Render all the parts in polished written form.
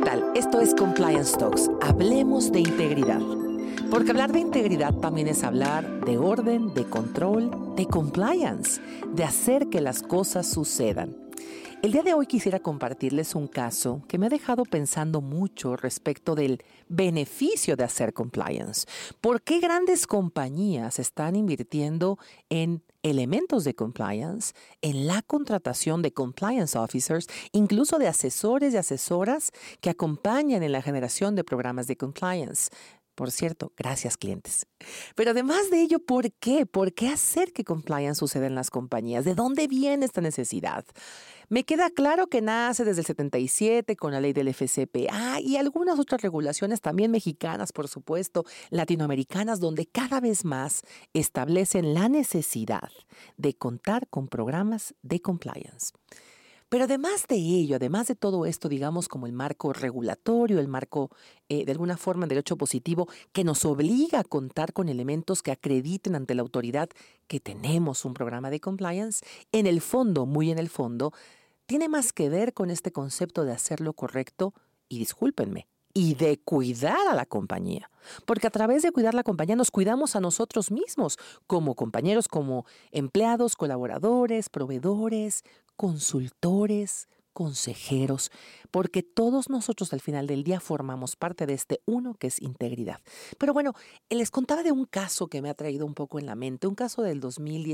tal? Esto es Compliance Talks. Hablemos de integridad. Porque hablar de integridad también es hablar de orden, de control, de compliance, de hacer que las cosas sucedan. El día de hoy quisiera compartirles un caso que me ha dejado pensando mucho respecto del beneficio de hacer compliance. ¿Por qué grandes compañías están invirtiendo en elementos de compliance, en la contratación de compliance officers, incluso de asesores y asesoras que acompañan en la generación de programas de compliance? Por cierto, gracias clientes. Pero además de ello, ¿por qué? ¿Por qué hacer que compliance suceda en las compañías? ¿De dónde viene esta necesidad? Me queda claro que nace desde el 77 con la ley del FCPA y algunas otras regulaciones también mexicanas, por supuesto, latinoamericanas, donde cada vez más establecen la necesidad de contar con programas de compliance. Pero además de ello, además de todo esto, digamos como el marco regulatorio, el marco de alguna forma en derecho positivo que nos obliga a contar con elementos que acrediten ante la autoridad que tenemos un programa de compliance, en el fondo, muy en el fondo, tiene más que ver con este concepto de hacer lo correcto y discúlpenme, y de cuidar a la compañía. Porque a través de cuidar la compañía nos cuidamos a nosotros mismos, como compañeros, como empleados, colaboradores, proveedores, consultores, consejeros, porque todos nosotros al final del día formamos parte de este uno que es integridad. Pero bueno, les contaba de un caso que me ha traído un poco en la mente, un caso del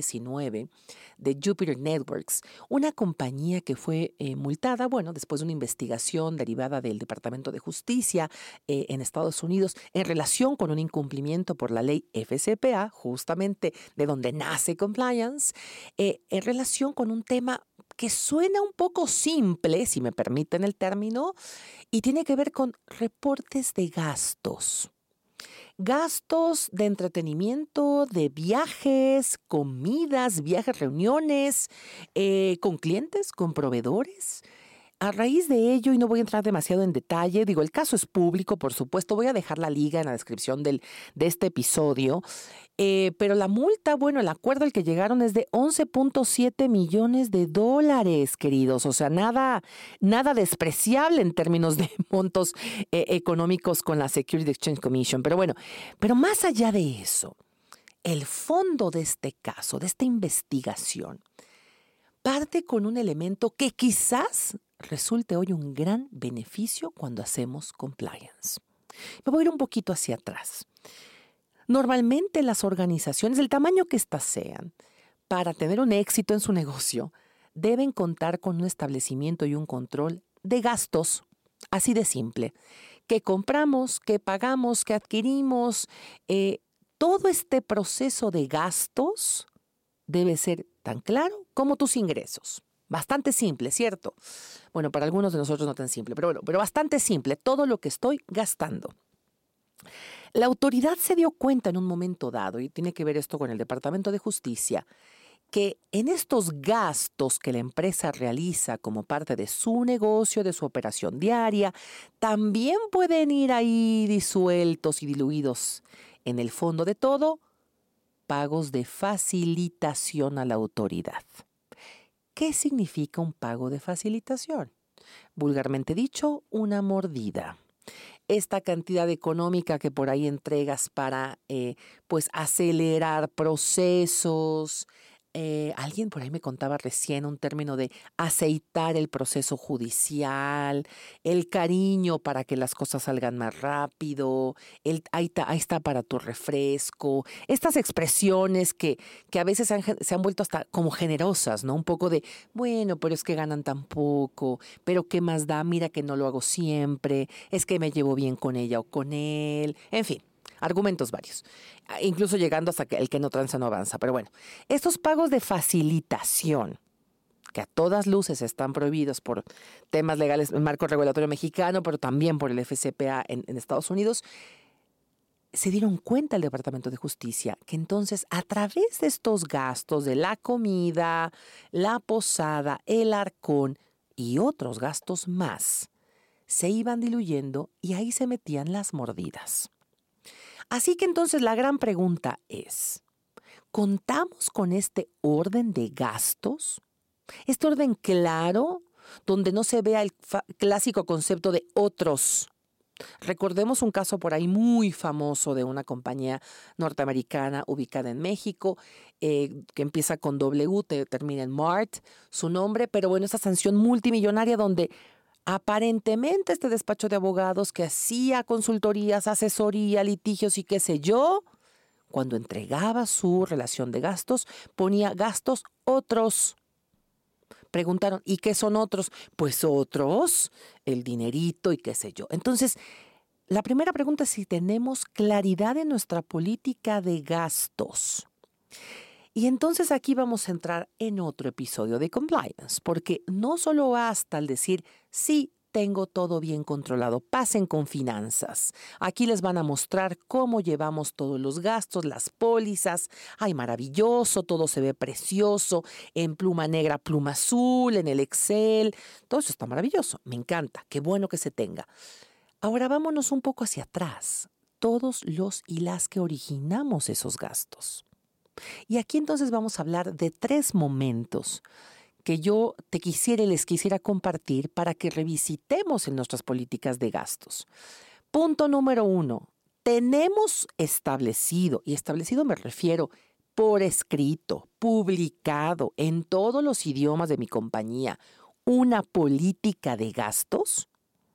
2019 de Jupiter Networks, una compañía que fue multada, bueno, después de una investigación derivada del Departamento de Justicia en Estados Unidos en relación con un incumplimiento por la ley FCPA, justamente de donde nace compliance, en relación con un tema que suena un poco simple, si me permiten el término, y tiene que ver con reportes de gastos. Gastos de entretenimiento, de viajes, comidas, viajes, reuniones, con clientes, con proveedores. A raíz de ello, y no voy a entrar demasiado en detalle, digo, el caso es público, por supuesto, voy a dejar la liga en la descripción de este episodio, pero la multa, bueno, el acuerdo al que llegaron es de $11.7 millones, queridos, o sea, nada despreciable en términos de montos económicos con la Securities Exchange Commission, pero bueno, pero más allá de eso, el fondo de este caso, de esta investigación, parte con un elemento que quizás resulte hoy un gran beneficio cuando hacemos compliance. Me voy a ir un poquito hacia atrás. Normalmente las organizaciones, del tamaño que éstas sean, para tener un éxito en su negocio, deben contar con un establecimiento y un control de gastos, así de simple, que compramos, que pagamos, que adquirimos. Todo este proceso de gastos debe ser tan claro como tus ingresos. Bastante simple, ¿cierto? Bueno, para algunos de nosotros no tan simple, pero bueno, pero bastante simple, todo lo que estoy gastando. La autoridad se dio cuenta en un momento dado, y tiene que ver esto con el Departamento de Justicia, que en estos gastos que la empresa realiza como parte de su negocio, de su operación diaria, también pueden ir ahí disueltos y diluidos en el fondo de todo, pagos de facilitación a la autoridad. ¿Qué significa un pago de facilitación? Vulgarmente dicho, una mordida. Esta cantidad económica que por ahí entregas para pues acelerar procesos. Alguien por ahí me contaba recién un término de aceitar el proceso judicial, el cariño para que las cosas salgan más rápido, ahí está para tu refresco. Estas expresiones que a veces se han vuelto hasta como generosas, ¿no? Un poco de, bueno, pero es que ganan tan poco, pero ¿qué más da? Mira que no lo hago siempre, es que me llevo bien con ella o con él, en fin. Argumentos varios, incluso llegando hasta que el que no tranza no avanza. Pero bueno, estos pagos de facilitación, que a todas luces están prohibidos por temas legales, el marco regulatorio mexicano, pero también por el FCPA en Estados Unidos, se dieron cuenta el Departamento de Justicia que entonces a través de estos gastos de la comida, la posada, el arcón y otros gastos más, se iban diluyendo y ahí se metían las mordidas. Así que entonces la gran pregunta es, ¿contamos con este orden de gastos? ¿Este orden claro? donde no se vea el clásico concepto de otros. Recordemos un caso por ahí muy famoso de una compañía norteamericana ubicada en México, que empieza con W, termina en Mart, su nombre, pero bueno, esa sanción multimillonaria donde aparentemente este despacho de abogados que hacía consultorías, asesoría, litigios y qué sé yo, cuando entregaba su relación de gastos, ponía gastos otros. Preguntaron, ¿y qué son otros? Pues otros, el dinerito y qué sé yo. Entonces, la primera pregunta es si tenemos claridad en nuestra política de gastos. Y entonces aquí vamos a entrar en otro episodio de compliance, porque no solo basta el decir, sí, tengo todo bien controlado, pasen con finanzas. Aquí les van a mostrar cómo llevamos todos los gastos, las pólizas. Ay, maravilloso, todo se ve precioso, en pluma negra, pluma azul, en el Excel. Todo eso está maravilloso, me encanta, qué bueno que se tenga. Ahora vámonos un poco hacia atrás, todos los y las que originamos esos gastos. Y aquí entonces vamos a hablar de 3 momentos que yo te quisiera y les quisiera compartir para que revisitemos en nuestras políticas de gastos. Punto número 1. Tenemos establecido, y establecido me refiero por escrito, publicado en todos los idiomas de mi compañía, una política de gastos.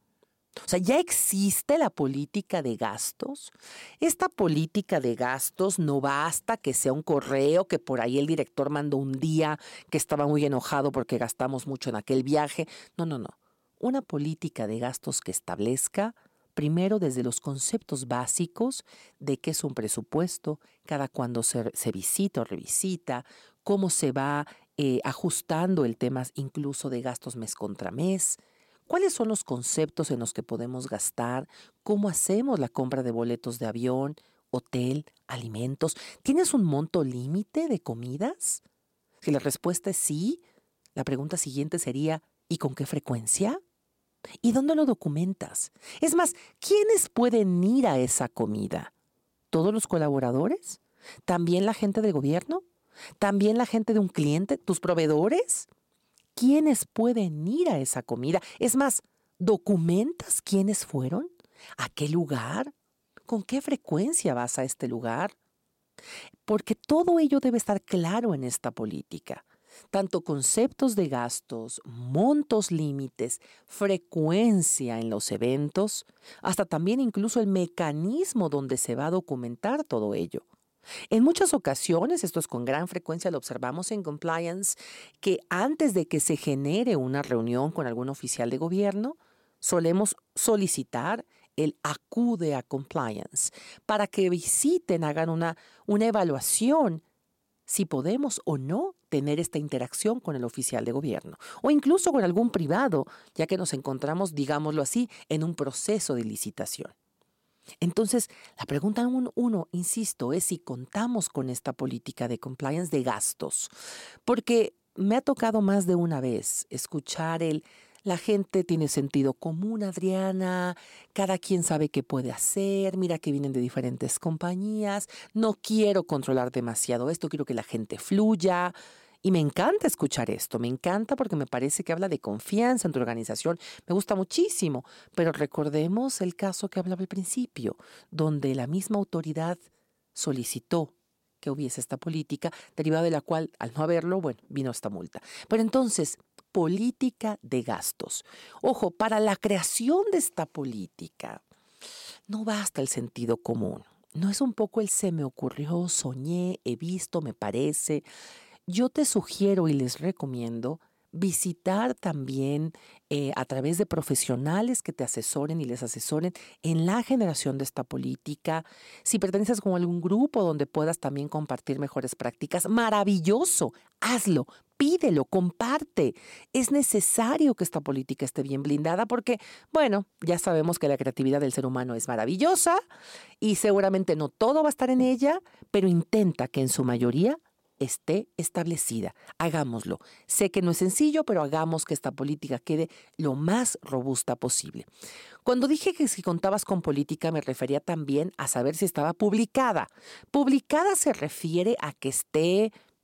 O sea, ya existe la política de gastos. Esta política de gastos no basta que sea un correo que por ahí el director mandó un día que estaba muy enojado porque gastamos mucho en aquel viaje. No. Una política de gastos que establezca, primero desde los conceptos básicos de qué es un presupuesto, cada cuándo se visita o revisita, cómo se va ajustando el tema incluso de gastos mes contra mes. ¿Cuáles son los conceptos en los que podemos gastar? ¿Cómo hacemos la compra de boletos de avión, hotel, alimentos? ¿Tienes un monto límite de comidas? Si la respuesta es sí, la pregunta siguiente sería, ¿y con qué frecuencia? ¿Y dónde lo documentas? Es más, ¿quiénes pueden ir a esa comida? ¿Todos los colaboradores? ¿También la gente del gobierno? ¿También la gente de un cliente? ¿Tus proveedores? ¿Quiénes pueden ir a esa comida? Es más, ¿documentas quiénes fueron? ¿A qué lugar? ¿Con qué frecuencia vas a este lugar? Porque todo ello debe estar claro en esta política. Tanto conceptos de gastos, montos límites, frecuencia en los eventos, hasta también incluso el mecanismo donde se va a documentar todo ello. En muchas ocasiones, esto es con gran frecuencia, lo observamos en compliance, que antes de que se genere una reunión con algún oficial de gobierno, solemos solicitar el acude a compliance para que visiten, hagan una evaluación si podemos o no tener esta interacción con el oficial de gobierno o incluso con algún privado, ya que nos encontramos, digámoslo así, en un proceso de licitación. Entonces, la pregunta 1, insisto, es si contamos con esta política de compliance de gastos, porque me ha tocado más de una vez escuchar la gente tiene sentido común, Adriana, cada quien sabe qué puede hacer, mira que vienen de diferentes compañías, no quiero controlar demasiado esto, quiero que la gente fluya. Y me encanta escuchar esto, me encanta porque me parece que habla de confianza en tu organización, me gusta muchísimo, pero recordemos el caso que hablaba al principio, donde la misma autoridad solicitó que hubiese esta política, derivada de la cual, al no haberlo, bueno, vino esta multa. Pero entonces, política de gastos. Ojo, para la creación de esta política, no basta el sentido común, no es un poco el se me ocurrió, soñé, he visto, me parece. Yo te sugiero y les recomiendo visitar también a través de profesionales que te asesoren y les asesoren en la generación de esta política. Si perteneces con algún grupo donde puedas también compartir mejores prácticas, maravilloso, hazlo, pídelo, comparte. Es necesario que esta política esté bien blindada porque, bueno, ya sabemos que la creatividad del ser humano es maravillosa y seguramente no todo va a estar en ella, pero intenta que en su mayoría esté establecida. Hagámoslo. Sé que no es sencillo, pero hagamos que esta política quede lo más robusta posible. Cuando dije que si contabas con política, me refería también a saber si estaba publicada. Publicada se refiere a que esté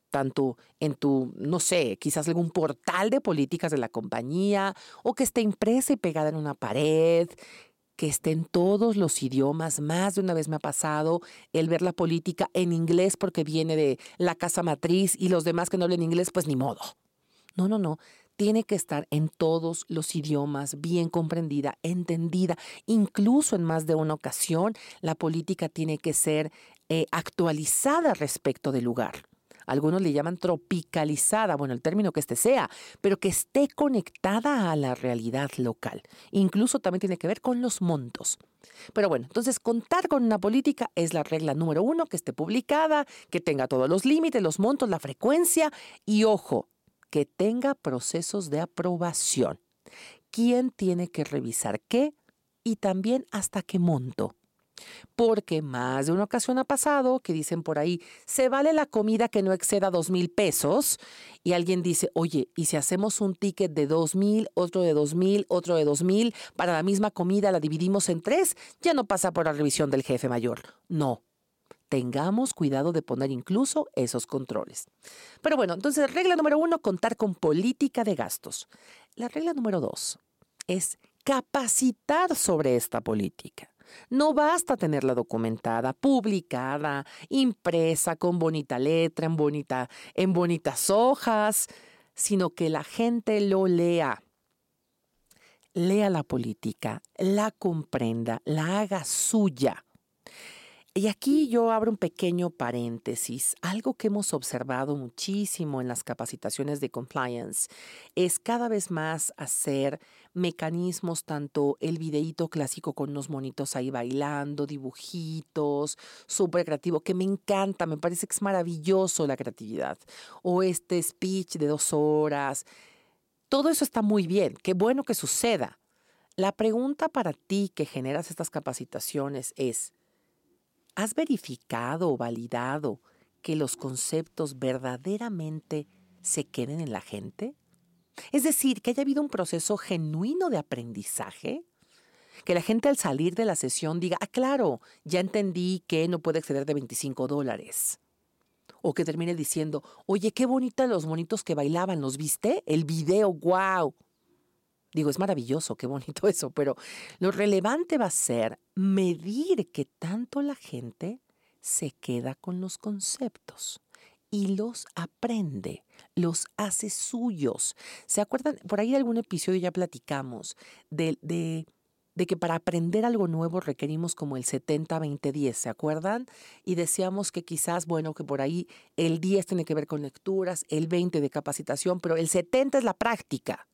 tanto en tu, no sé, quizás algún portal de políticas de la compañía, o que esté impresa y pegada en una pared, que esté en todos los idiomas. Más de una vez me ha pasado el ver la política en inglés porque viene de la casa matriz y los demás que no hablen inglés, pues ni modo. No, no, no. Tiene que estar en todos los idiomas, bien comprendida, entendida. Incluso en más de una ocasión, la política tiene que ser actualizada respecto del lugar. Algunos le llaman tropicalizada, bueno, el término que sea, pero que esté conectada a la realidad local. Incluso también tiene que ver con los montos. Pero bueno, entonces contar con una política es la regla número 1, que esté publicada, que tenga todos los límites, los montos, la frecuencia y, ojo, que tenga procesos de aprobación. ¿Quién tiene que revisar qué? Y también hasta qué monto. Porque más de una ocasión ha pasado que dicen por ahí, se vale la comida que no exceda 2,000 pesos, y alguien dice, oye, ¿y si hacemos un ticket de 2,000, otro de 2,000, otro de 2,000, para la misma comida la dividimos en 3? Ya no pasa por la revisión del jefe mayor. No. Tengamos cuidado de poner incluso esos controles. Pero bueno, entonces regla número 1, contar con política de gastos. La regla número 2 es capacitar sobre esta política. No basta tenerla documentada, publicada, impresa con bonita letra, en bonitas hojas, sino que la gente lo lea. Lea la política, la comprenda, la haga suya. Y aquí yo abro un pequeño paréntesis. Algo que hemos observado muchísimo en las capacitaciones de compliance es cada vez más hacer mecanismos, tanto el videíto clásico con unos monitos ahí bailando, dibujitos, súper creativo, que me encanta, me parece que es maravilloso la creatividad. O este speech de 2 horas. Todo eso está muy bien, qué bueno que suceda. La pregunta para ti que generas estas capacitaciones es, ¿has verificado o validado que los conceptos verdaderamente se queden en la gente? Es decir, que haya habido un proceso genuino de aprendizaje, que la gente al salir de la sesión diga, claro, ya entendí que no puede exceder de $25. O que termine diciendo, oye, qué bonitos los monitos que bailaban, ¿los viste? El video, wow. Digo, es maravilloso, qué bonito eso, pero lo relevante va a ser medir que tanto la gente se queda con los conceptos y los aprende, los hace suyos. ¿Se acuerdan? Por ahí en algún episodio ya platicamos de que para aprender algo nuevo requerimos como el 70-20-10, ¿se acuerdan? Y decíamos que quizás, bueno, que por ahí el 10 tiene que ver con lecturas, el 20 de capacitación, pero el 70 es la práctica.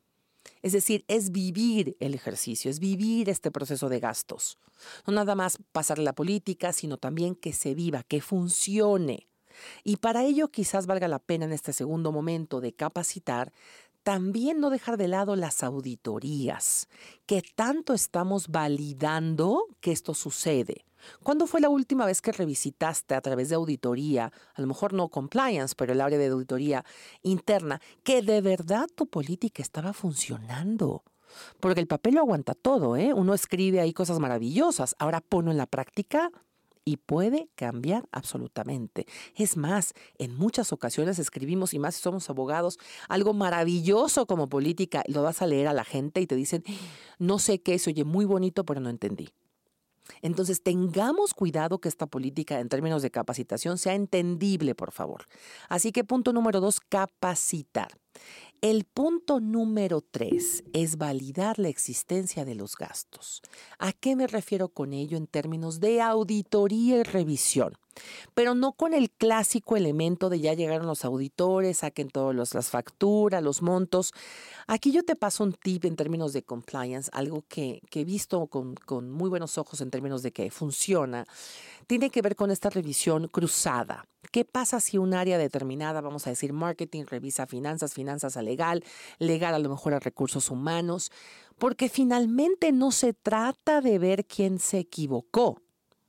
Es decir, es vivir el ejercicio, es vivir este proceso de gastos. No nada más pasar la política, sino también que se viva, que funcione. Y para ello quizás valga la pena en este segundo momento de capacitar, también no dejar de lado las auditorías, que tanto estamos validando que esto sucede. ¿Cuándo fue la última vez que revisitaste a través de auditoría, a lo mejor no compliance, pero el área de auditoría interna, que de verdad tu política estaba funcionando? Porque el papel lo aguanta todo, ¿eh? Uno escribe ahí cosas maravillosas, ahora ponlo en la práctica y puede cambiar absolutamente. Es más, en muchas ocasiones escribimos, y más si somos abogados, algo maravilloso como política, lo vas a leer a la gente y te dicen, no sé qué es, oye, muy bonito, pero no entendí. Entonces, tengamos cuidado que esta política en términos de capacitación sea entendible, por favor. Así que punto número 2, capacitar. El punto número 3 es validar la existencia de los gastos. ¿A qué me refiero con ello en términos de auditoría y revisión? Pero no con el clásico elemento de ya llegaron los auditores, saquen todas las facturas, los montos. Aquí yo te paso un tip en términos de compliance, algo que he visto con muy buenos ojos en términos de que funciona. Tiene que ver con esta revisión cruzada. ¿Qué pasa si un área determinada, vamos a decir marketing, revisa finanzas, finanzas a legal, legal a lo mejor a recursos humanos? Porque finalmente no se trata de ver quién se equivocó,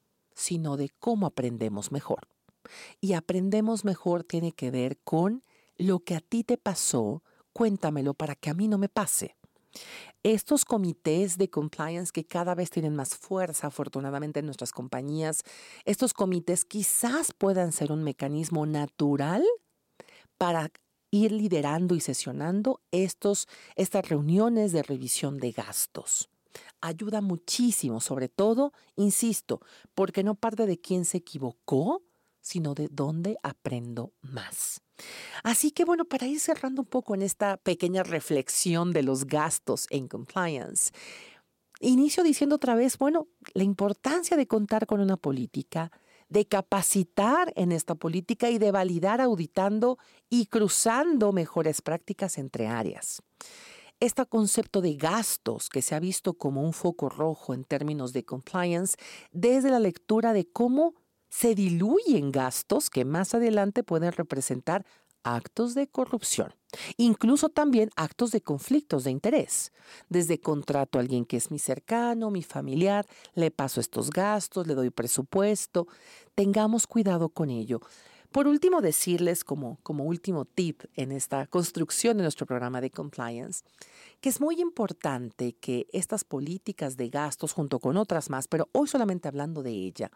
sino de cómo aprendemos mejor. Y aprendemos mejor tiene que ver con lo que a ti te pasó, cuéntamelo para que a mí no me pase. Estos comités de compliance que cada vez tienen más fuerza, afortunadamente, en nuestras compañías, estos comités quizás puedan ser un mecanismo natural para ir liderando y sesionando estas reuniones de revisión de gastos. Ayuda muchísimo, sobre todo, insisto, porque no parte de quién se equivocó, sino de dónde aprendo más. Así que bueno, para ir cerrando un poco en esta pequeña reflexión de los gastos en compliance, inicio diciendo otra vez, bueno, la importancia de contar con una política, de capacitar en esta política y de validar auditando y cruzando mejores prácticas entre áreas. Este concepto de gastos que se ha visto como un foco rojo en términos de compliance desde la lectura de cómo se diluyen gastos que más adelante pueden representar actos de corrupción, incluso también actos de conflictos de interés. Desde contrato a alguien que es mi cercano, mi familiar, le paso estos gastos, le doy presupuesto. Tengamos cuidado con ello. Por último, decirles como último tip en esta construcción de nuestro programa de compliance, que es muy importante que estas políticas de gastos, junto con otras más, pero hoy solamente hablando de ella,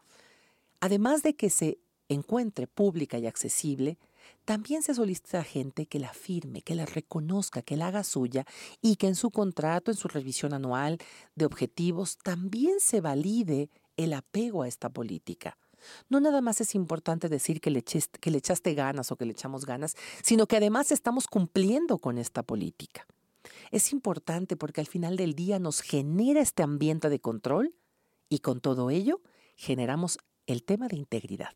además de que se encuentre pública y accesible, también se solicita a gente que la firme, que la reconozca, que la haga suya y que en su contrato, en su revisión anual de objetivos, también se valide el apego a esta política. No nada más es importante decir que le echaste ganas o que le echamos ganas, sino que además estamos cumpliendo con esta política. Es importante porque al final del día nos genera este ambiente de control y con todo ello generamos el tema de integridad.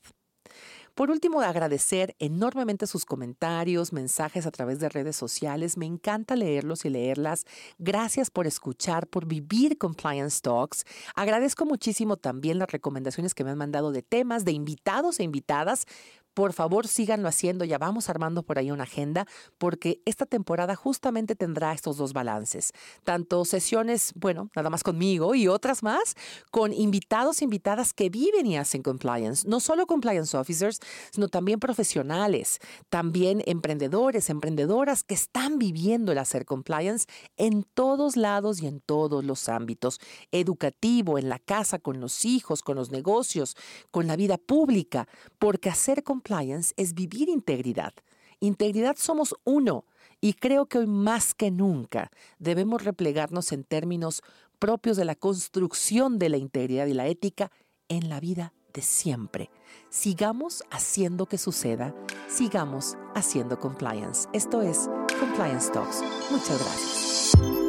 Por último, agradecer enormemente sus comentarios, mensajes a través de redes sociales. Me encanta leerlos y leerlas. Gracias por escuchar, por vivir Compliance Talks. Agradezco muchísimo también las recomendaciones que me han mandado de temas, de invitados e invitadas. Por favor, síganlo haciendo, ya vamos armando por ahí una agenda, porque esta temporada justamente tendrá estos dos balances. Tanto sesiones, bueno, nada más conmigo y otras más, con invitados e invitadas que viven y hacen compliance. No solo compliance officers, sino también profesionales, también emprendedores, emprendedoras que están viviendo el hacer compliance en todos lados y en todos los ámbitos. Educativo, en la casa, con los hijos, con los negocios, con la vida pública, porque hacer compliance es vivir integridad. Integridad somos uno y creo que hoy más que nunca debemos replegarnos en términos propios de la construcción de la integridad y la ética en la vida de siempre. Sigamos haciendo que suceda, sigamos haciendo compliance. Esto es Compliance Talks. Muchas gracias.